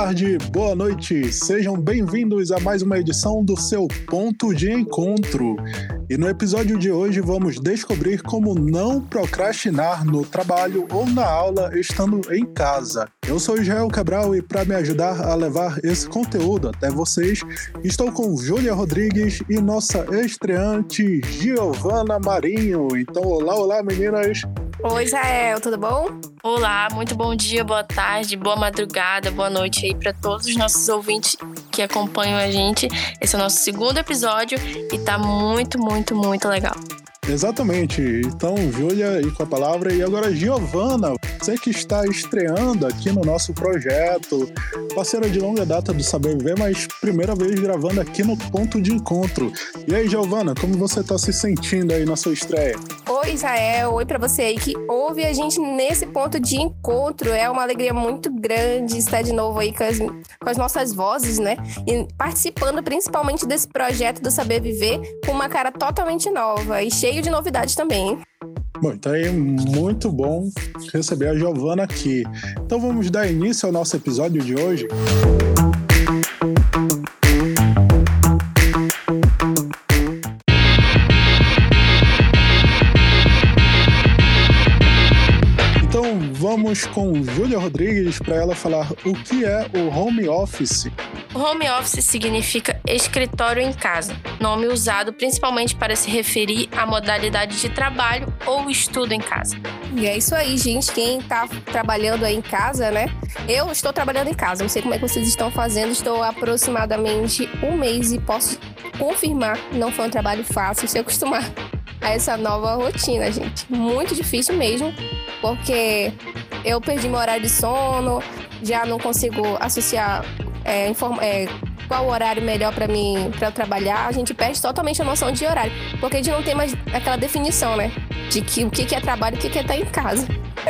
tarde, boa noite. Sejam bem-vindos a mais uma edição do seu Ponto de Encontro. E no episódio de hoje vamos descobrir como não procrastinar no trabalho ou na aula estando em casa. Eu sou Israel Cabral e para me ajudar a levar esse conteúdo até vocês, estou com Júlia Rodrigues e nossa estreante Giovana Marinho. Então, olá meninas. Oi, Israel, tudo bom? Olá, muito bom dia, boa tarde, boa madrugada, boa noite aí para todos os nossos ouvintes que acompanham a gente. Esse é o nosso segundo episódio e tá muito legal. Exatamente. Então, Júlia aí com a palavra. E agora, Giovana, você que está estreando aqui no nosso projeto, parceira de longa data do Saber Viver, mas primeira vez gravando aqui no Ponto de Encontro. E aí, Giovana, como você está se sentindo aí na sua estreia? Oi, Israel. Oi para você aí que ouve a gente nesse Ponto de Encontro. É uma alegria muito grande estar de novo aí com as nossas vozes, né? E participando principalmente desse projeto do Saber Viver com uma cara totalmente nova e cheio de novidades também, hein? Bom, então é muito bom receber a Giovana aqui. Então vamos dar início ao nosso episódio de hoje. Então vamos com Júlia Rodrigues para ela falar o que é o home office. O home office significa escritório em casa, nome usado principalmente para se referir à modalidade de trabalho ou estudo em casa. E é isso aí, gente. Quem tá trabalhando aí em casa, né? Eu estou trabalhando em casa, não sei como é que vocês estão fazendo. Estou há aproximadamente um mês e posso confirmar, não foi um trabalho fácil se acostumar a essa nova rotina, gente. Muito difícil mesmo, porque eu perdi meu horário de sono, já não consigo associar qual o horário melhor para eu trabalhar. A gente perde totalmente a noção de horário, porque a gente não tem mais aquela definição, né? De que o que é trabalho e o que é estar em casa.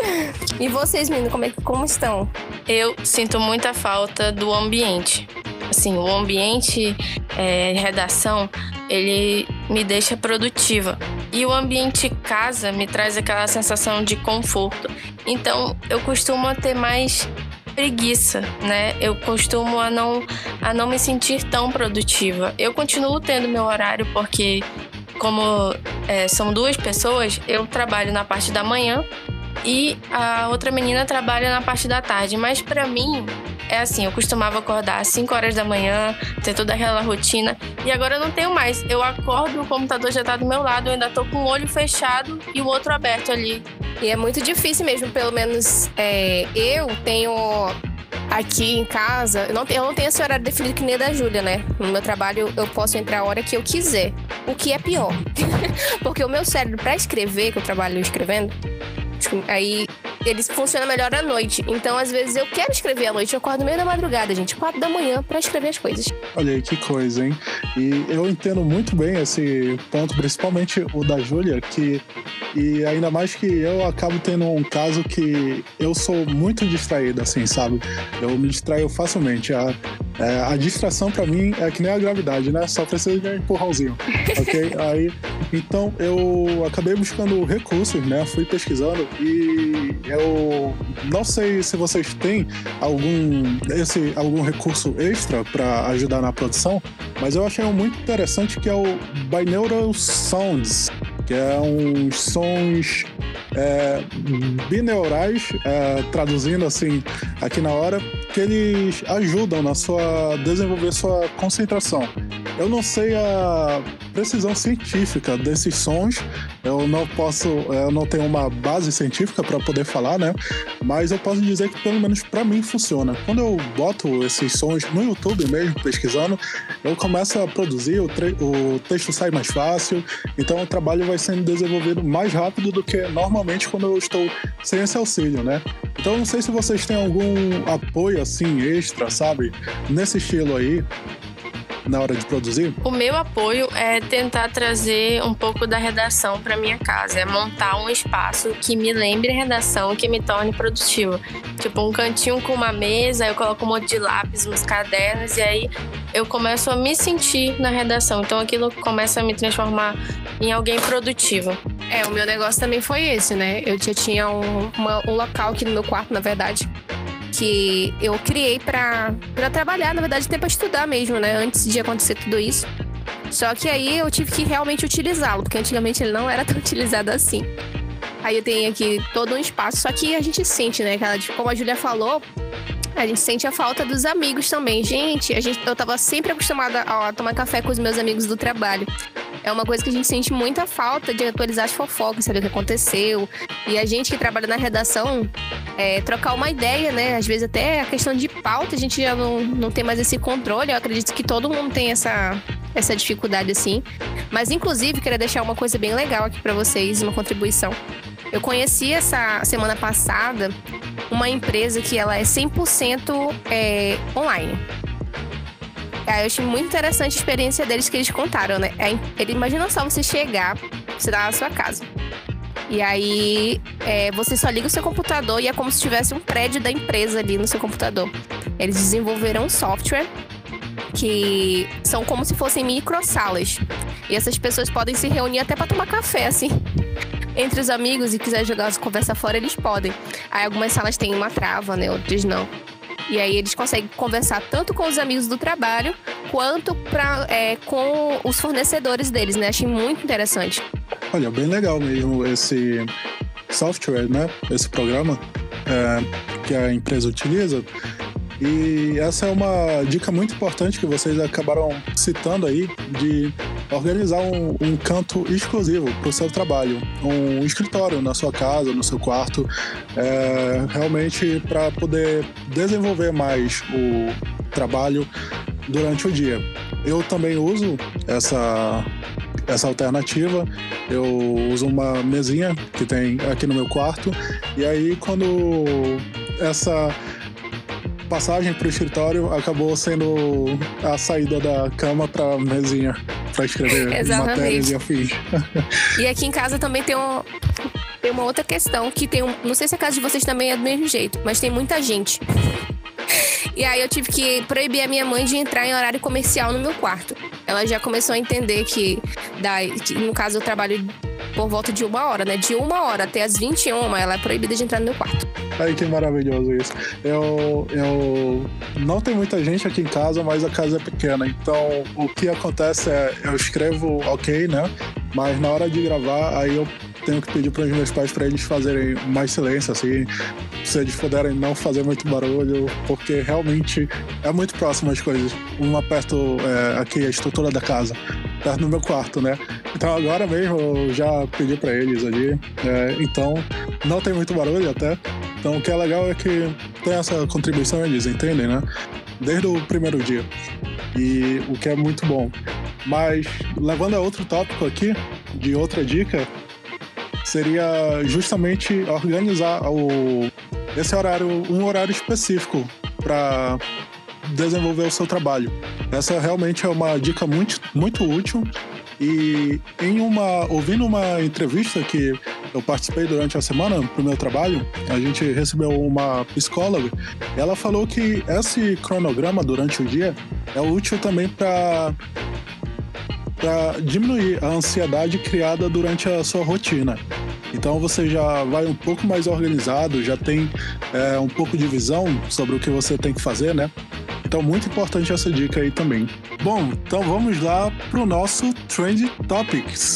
E vocês, meninos, como estão? Eu sinto muita falta do ambiente. Assim, o ambiente redação, ele me deixa produtiva. E o ambiente casa me traz aquela sensação de conforto. Então, eu costumo ter mais preguiça, né? Eu costumo a não me sentir tão produtiva. Eu continuo tendo meu horário porque, como são duas pessoas, eu trabalho na parte da manhã e a outra menina trabalha na parte da tarde. Mas pra mim, é assim, eu costumava acordar às 5 horas da manhã, ter toda aquela rotina, e agora eu não tenho mais. Eu acordo, o computador já tá do meu lado, eu ainda tô com o olho fechado e o outro aberto ali. E é muito difícil mesmo, pelo menos eu tenho aqui em casa, eu não tenho esse horário definido que nem da Júlia, né? No meu trabalho eu posso entrar a hora que eu quiser, o que é pior. Porque o meu cérebro, pra escrever, que eu trabalho escrevendo, aí eles funcionam melhor à noite. Então, às vezes, eu quero escrever à noite. Eu acordo no meio da madrugada, gente, 4 da manhã, pra escrever as coisas. Olha aí, que coisa, hein? E eu entendo muito bem esse ponto, principalmente o da Júlia, e ainda mais que eu acabo tendo um caso que eu sou muito distraído, assim, sabe? Eu me distraio facilmente. A distração, pra mim, é que nem a gravidade, né? Só precisa de um empurrãozinho, ok? Aí, então, eu acabei buscando recursos, né? Fui pesquisando e eu não sei se vocês têm algum recurso extra para ajudar na produção, mas eu achei um muito interessante que é o Binaural Sounds, que é uns sons binaurais, traduzindo assim aqui na hora, que eles ajudam desenvolver sua concentração. Eu não sei a precisão científica desses sons, eu não tenho uma base científica para poder falar, né? Mas eu posso dizer que pelo menos para mim funciona. Quando eu boto esses sons no YouTube mesmo, pesquisando, eu começo a produzir, o texto sai mais fácil, então o trabalho vai sendo desenvolvido mais rápido do que normalmente quando eu estou sem esse auxílio, né? Então eu não sei se vocês têm algum apoio assim extra, sabe? Nesse estilo aí, na hora de produzir? O meu apoio é tentar trazer um pouco da redação para minha casa, é montar um espaço que me lembre a redação, que me torne produtiva. Tipo, um cantinho com uma mesa, eu coloco um monte de lápis, uns cadernos, e aí eu começo a me sentir na redação. Então aquilo começa a me transformar em alguém produtivo. O meu negócio também foi esse, né? Eu já tinha um local aqui no meu quarto, na verdade, que eu criei pra trabalhar, na verdade, até pra estudar mesmo, né? Antes de acontecer tudo isso. Só que aí eu tive que realmente utilizá-lo, porque antigamente ele não era tão utilizado assim. Aí eu tenho aqui todo um espaço, só que a gente sente, né? Como a Júlia falou, a gente sente a falta dos amigos também. Gente, eu tava sempre acostumada a tomar café com os meus amigos do trabalho. É uma coisa que a gente sente muita falta de atualizar as fofocas, saber o que aconteceu. E a gente que trabalha na redação, trocar uma ideia, né? Às vezes até a questão de pauta, a gente já não tem mais esse controle. Eu acredito que todo mundo tem essa dificuldade, assim. Mas, inclusive, queria deixar uma coisa bem legal aqui pra vocês, uma contribuição. Eu conheci essa semana passada uma empresa que ela é 100% online. Eu achei muito interessante a experiência deles que eles contaram, né? Imagina só você chegar, você tá na sua casa. E aí, você só liga o seu computador e é como se tivesse um prédio da empresa ali no seu computador. Eles desenvolveram um software que são como se fossem microsalas. E essas pessoas podem se reunir até pra tomar café, assim. Entre os amigos, e quiser jogar as conversas fora, eles podem. Aí algumas salas têm uma trava, né? Outras não. E aí eles conseguem conversar tanto com os amigos do trabalho, quanto com os fornecedores deles, né? Achei muito interessante. Olha, bem legal mesmo esse software, né? Esse programa que a empresa utiliza. E essa é uma dica muito importante que vocês acabaram citando aí, de organizar um canto exclusivo para o seu trabalho, um escritório na sua casa, no seu quarto, realmente para poder desenvolver mais o trabalho durante o dia. Eu também uso essa alternativa. Eu uso uma mesinha que tem aqui no meu quarto, e aí quando essa passagem para o escritório acabou sendo a saída da cama para a mesinha para escrever matérias e afins. E aqui em casa também tem uma outra questão, que não sei se a casa de vocês também é do mesmo jeito, mas tem muita gente. E aí eu tive que proibir a minha mãe de entrar em horário comercial no meu quarto. Ela já começou a entender que no caso eu trabalho por volta de 1 hora, né? De 1 hora até as 21, ela é proibida de entrar no meu quarto. Ai, que maravilhoso isso. Eu não tem muita gente aqui em casa, mas a casa é pequena. Então, o que acontece eu escrevo ok, né? Mas na hora de gravar, aí eu tenho que pedir para os meus pais para eles fazerem mais silêncio, assim. Se eles puderem não fazer muito barulho, porque realmente é muito próximo as coisas. Uma perto, aqui, a estrutura da casa, perto do meu quarto, né? Então agora mesmo eu já pedi para eles ali. Então, não tem muito barulho até. Então o que é legal é que tem essa contribuição, eles entendem, né? Desde o primeiro dia. E o que é muito bom. Mas, levando a outro tópico aqui, de outra dica, seria justamente organizar esse horário, um horário específico para desenvolver o seu trabalho. Essa realmente é uma dica muito, muito útil. E ouvindo uma entrevista que eu participei durante a semana pro meu trabalho, a gente recebeu uma psicóloga. Ela falou que esse cronograma durante o dia é útil também para diminuir a ansiedade criada durante a sua rotina. Então você já vai um pouco mais organizado, já tem um pouco de visão sobre o que você tem que fazer, né? Então, muito importante essa dica aí também. Bom, então vamos lá para o nosso Trend Topics.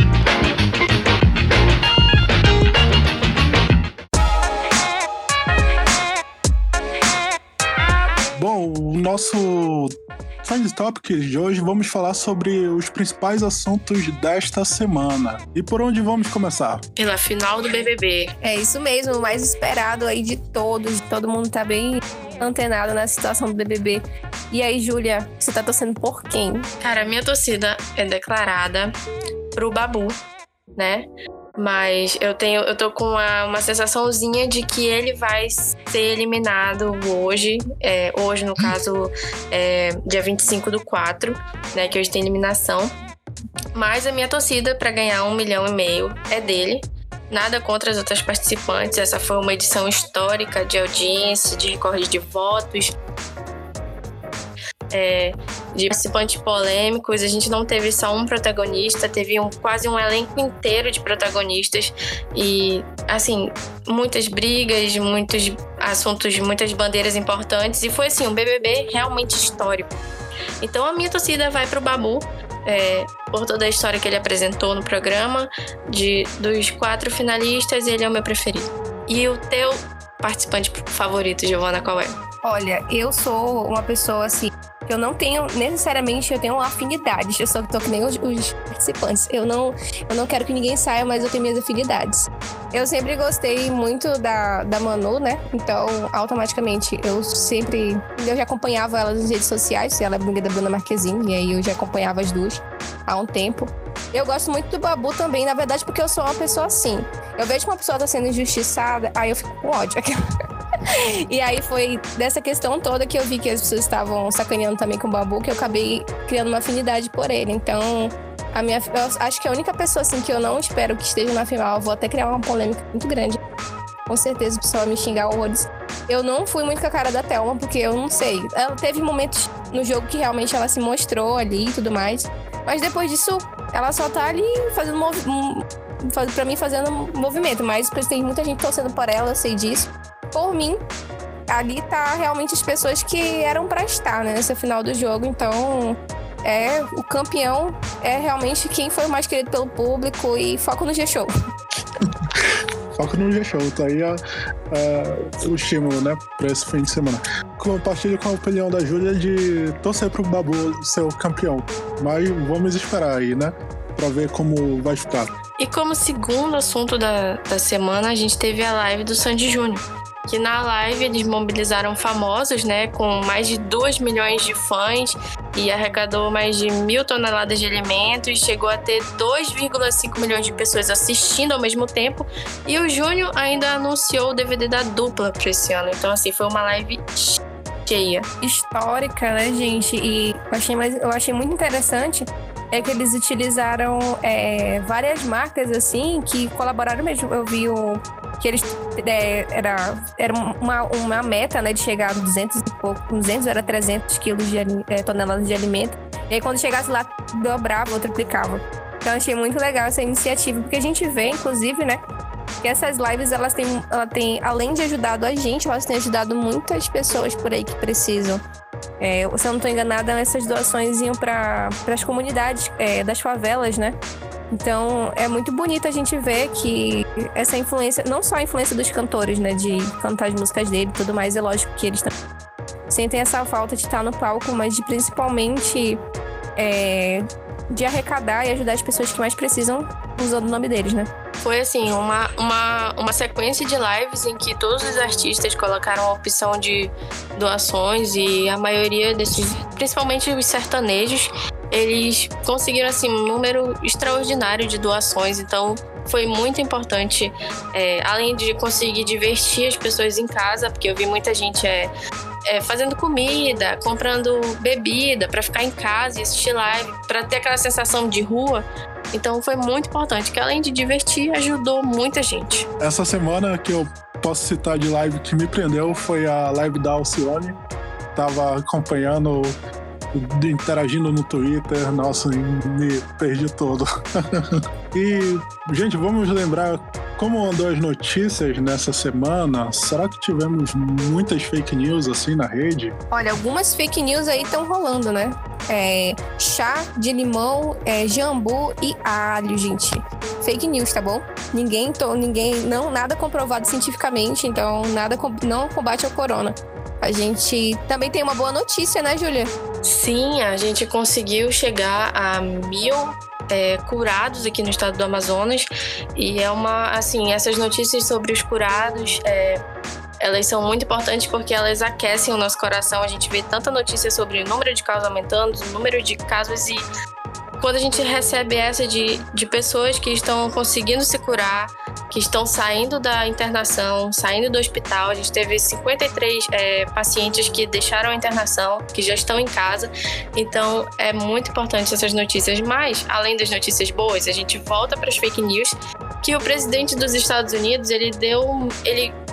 Bom, o nosso Trend Topics de hoje vamos falar sobre os principais assuntos desta semana. E por onde vamos começar? Pela final do BBB. É isso mesmo, o mais esperado aí de todos. Todo mundo tá bem antenado na situação do BBB. E aí, Júlia, você tá torcendo por quem? Cara, a minha torcida é declarada pro Babu, né? Mas eu tô com uma sensaçãozinha de que ele vai ser eliminado hoje. Hoje, no caso, dia 25/4, né? Que hoje tem eliminação. Mas a minha torcida pra ganhar 1,5 milhão é dele. Nada contra as outras participantes. Essa foi uma edição histórica de audiência, de recorde de votos. de participantes polêmicos. A gente não teve só um protagonista, teve quase um elenco inteiro de protagonistas e, assim, muitas brigas, muitos assuntos, muitas bandeiras importantes, e foi, assim, um BBB realmente histórico. Então a minha torcida vai pro Babu, por toda a história que ele apresentou no programa. Dos 4 finalistas, ele é o meu preferido. E o teu participante favorito, Giovana, qual é? Olha, eu sou uma pessoa assim, eu não tenho necessariamente, eu tenho afinidades, eu só tô que nem os participantes. Eu não quero que ninguém saia, mas eu tenho minhas afinidades. Eu sempre gostei muito da Manu, né? Então, automaticamente, eu já acompanhava ela nas redes sociais, ela é amiga da Bruna Marquezine, e aí eu já acompanhava as duas há um tempo. Eu gosto muito do Babu também, na verdade, porque eu sou uma pessoa assim. Eu vejo que uma pessoa tá sendo injustiçada, aí eu fico com ódio. E aí foi dessa questão toda que eu vi que as pessoas estavam sacaneando também com o Babu, que eu acabei criando uma afinidade por ele. Então, eu acho que a única pessoa assim que eu não espero que esteja na final, eu vou até criar uma polêmica muito grande. Com certeza o pessoal vai me xingar horrores. Eu não fui muito com a cara da Thelma, porque eu não sei. Ela teve momentos no jogo que realmente ela se mostrou ali e tudo mais. Mas depois disso, ela só tá ali fazendo pra mim fazendo movimento. Mas tem muita gente torcendo por ela, eu sei disso. Por mim, ali tá realmente as pessoas que eram pra estar, né, nessa final do jogo. Então, o campeão é realmente quem foi mais querido pelo público, e foco no G-Show. Foco no G-Show, tá aí o estímulo, né, pra esse fim de semana. Compartilho com a opinião da Júlia de torcer pro Babu ser o campeão. Mas vamos esperar aí, né, pra ver como vai ficar. E como segundo assunto da semana, a gente teve a live do Sandy Júnior. Que na live eles mobilizaram famosos, né, com mais de 2 milhões de fãs, e arrecadou mais de 1.000 toneladas de alimentos, chegou a ter 2,5 milhões de pessoas assistindo ao mesmo tempo, e o Júnior ainda anunciou o DVD da dupla para esse ano. Então, assim, foi uma live cheia. Histórica, né, gente? E eu achei muito interessante que eles utilizaram várias marcas, assim, que colaboraram mesmo. Eu vi que eles era uma meta, né, de chegar a 200 era 300 quilos toneladas de alimento. E aí, quando chegasse lá, dobrava ou triplicava. Então, achei muito legal essa iniciativa, porque a gente vê, inclusive, né, que essas lives, ela tem, além de ajudado a gente, elas têm ajudado muitas pessoas por aí que precisam. Se eu não estou enganada, essas doações iam para as comunidades das favelas, né? Então, é muito bonito a gente ver que essa influência, não só a influência dos cantores, né, de cantar as músicas dele e tudo mais, é lógico que eles também sentem essa falta de estar no palco, mas de principalmente de arrecadar e ajudar as pessoas que mais precisam usando o nome deles, né? Foi, assim, uma sequência de lives em que todos os artistas colocaram a opção de doações, e a maioria desses, principalmente os sertanejos, eles conseguiram, assim, um número extraordinário de doações. Então, foi muito importante, além de conseguir divertir as pessoas em casa, porque eu vi muita gente fazendo comida, comprando bebida para ficar em casa e assistir live, para ter aquela sensação de rua. Então foi muito importante, que além de divertir, ajudou muita gente. Essa semana que eu posso citar de live que me prendeu foi a live da Alcione. Tava acompanhando, interagindo no Twitter, nossa, me perdi todo. E, gente, vamos lembrar como andou as notícias nessa semana. Será que tivemos muitas fake news assim na rede? Olha, algumas fake news aí estão rolando, né? Chá de limão, jambu e alho, gente. Fake news, tá bom? Nada comprovado cientificamente, então não combate ao corona. A gente também tem uma boa notícia, né, Júlia? Sim, a gente conseguiu chegar a 1.000 curados aqui no estado do Amazonas, e essas notícias sobre os curados, elas são muito importantes porque elas aquecem o nosso coração. A gente vê tanta notícia sobre o número de casos aumentando, o número de casos, e quando a gente recebe essa de pessoas que estão conseguindo se curar, que estão saindo da internação, saindo do hospital. A gente teve 53 pacientes que deixaram a internação, que já estão em casa. Então, é muito importante essas notícias. Mas, além das notícias boas, a gente volta para as fake news, que o presidente dos Estados Unidos, ele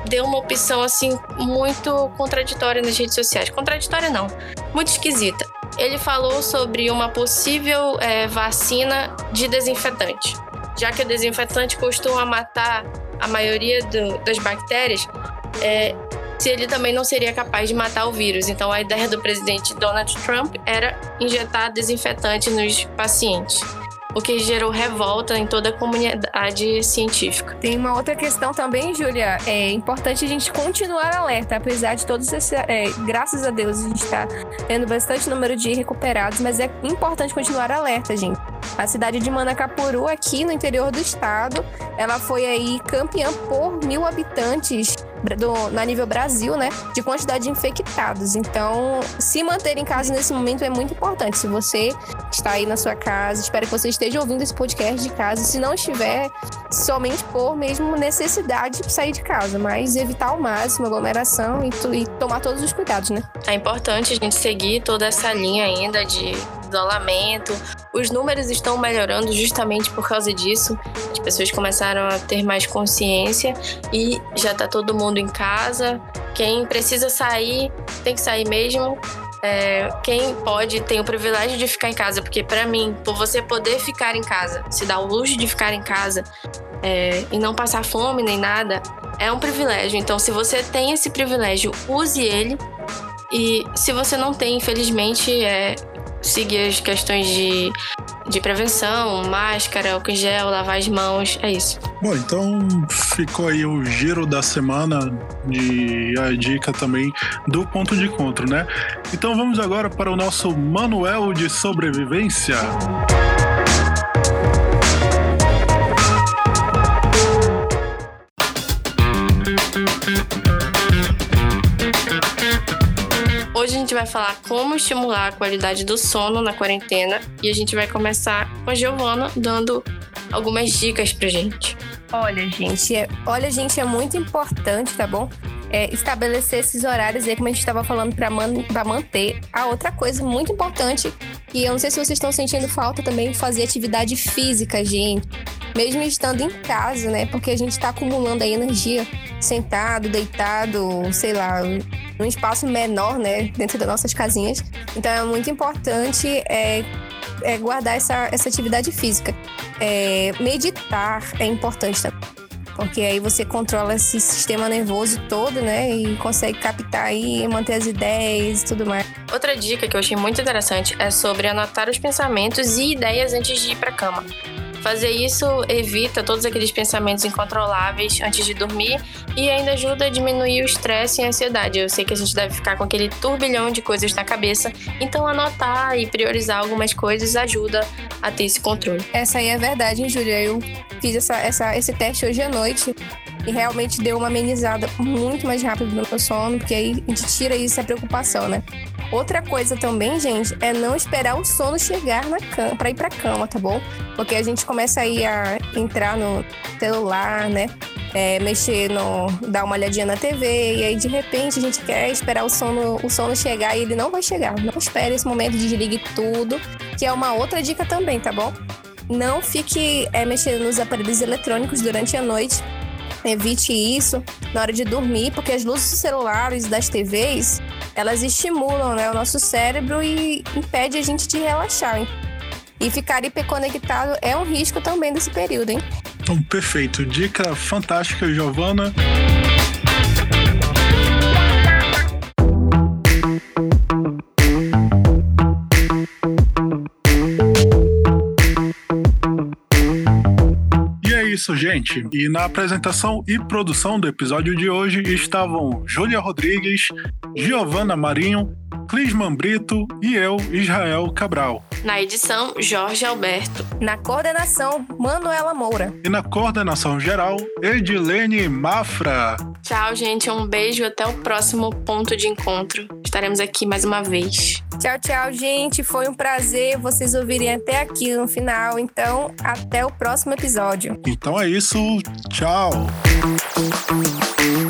deu uma opção, assim, muito contraditória nas redes sociais. Contraditória não, muito esquisita. Ele falou sobre uma possível vacina de desinfetante. Já que o desinfetante costuma matar a maioria das bactérias, se ele também não seria capaz de matar o vírus. Então, a ideia do presidente Donald Trump era injetar desinfetante nos pacientes, o que gerou revolta em toda a comunidade científica. Tem uma outra questão também, Júlia. É importante a gente continuar alerta, apesar de todos esses... graças a Deus, a gente está tendo bastante número de recuperados, mas é importante continuar alerta, gente. A cidade de Manacapuru, aqui no interior do estado, ela foi aí campeã por 1.000 habitantes na nível Brasil, né, de quantidade de infectados. Então, se manter em casa nesse momento é muito importante. Se você está aí na sua casa, espero que você esteja ouvindo esse podcast de casa. Se não estiver, somente por mesmo necessidade de sair de casa, mas evitar ao máximo a aglomeração e tomar todos os cuidados, né? É importante a gente seguir toda essa linha ainda de isolamento. Os números estão melhorando justamente por causa disso. As pessoas começaram a ter mais consciência e já está todo mundo em casa. Quem precisa sair, tem que sair mesmo. Quem pode tem o privilégio de ficar em casa, porque para mim, por você poder ficar em casa, se dar o luxo de ficar em casa e não passar fome nem nada, é um privilégio. Então, se você tem esse privilégio, use ele. E se você não tem, infelizmente, seguir as questões de prevenção, máscara, álcool em gel, lavar as mãos, é isso. Bom, então ficou aí o giro da semana e a dica também do ponto de encontro, né? Então vamos agora para o nosso manual de sobrevivência. Hoje a gente vai falar como estimular a qualidade do sono na quarentena e a gente vai começar com a Giovana dando algumas dicas pra gente. Olha, gente, é muito importante, tá bom? Estabelecer esses horários aí, como a gente estava falando, para manter. A outra coisa muito importante, que eu não sei se vocês estão sentindo falta também, fazer atividade física, gente. Mesmo estando em casa, né? Porque a gente está acumulando aí energia sentado, deitado, sei lá, num espaço menor, né? Dentro das nossas casinhas. Então é muito importante guardar essa atividade física. Meditar é importante também. Porque aí você controla esse sistema nervoso todo, né? E consegue captar aí e manter as ideias e tudo mais. Outra dica que eu achei muito interessante é sobre anotar os pensamentos e ideias antes de ir pra cama. Fazer isso evita todos aqueles pensamentos incontroláveis antes de dormir e ainda ajuda a diminuir o estresse e a ansiedade. Eu sei que a gente deve ficar com aquele turbilhão de coisas na cabeça, então anotar e priorizar algumas coisas ajuda a ter esse controle. Essa aí é verdade, hein, Júlia? Eu fiz esse teste hoje à noite e realmente deu uma amenizada muito mais rápido no meu sono, porque aí a gente tira isso, a preocupação, né? Outra coisa também, gente, é não esperar o sono chegar na cama, pra ir pra cama, tá bom? Porque a gente começa aí a entrar no celular, né? Mexer dar uma olhadinha na TV, e aí de repente a gente quer esperar o sono chegar e ele não vai chegar. Não espere esse momento, desligue tudo, que é uma outra dica também, tá bom? Não fique mexendo nos aparelhos eletrônicos durante a noite. Evite isso na hora de dormir, porque as luzes dos celulares, das TVs, elas estimulam, né, o nosso cérebro e impede a gente de relaxar, hein? E ficar hiperconectado é um risco também desse período, hein? Então, perfeito. Dica fantástica, Giovana. Isso, gente. E na apresentação e produção do episódio de hoje estavam Júlia Rodrigues, Giovana Marinho, Clisman Brito e eu, Israel Cabral. Na edição, Jorge Alberto. Na coordenação, Manuela Moura. E na coordenação geral, Edilene Mafra. Tchau, gente. Um beijo. Até o próximo ponto de encontro. Estaremos aqui mais uma vez. Tchau, tchau, gente. Foi um prazer vocês ouvirem até aqui no final. Então, até o próximo episódio. Então é isso. Tchau.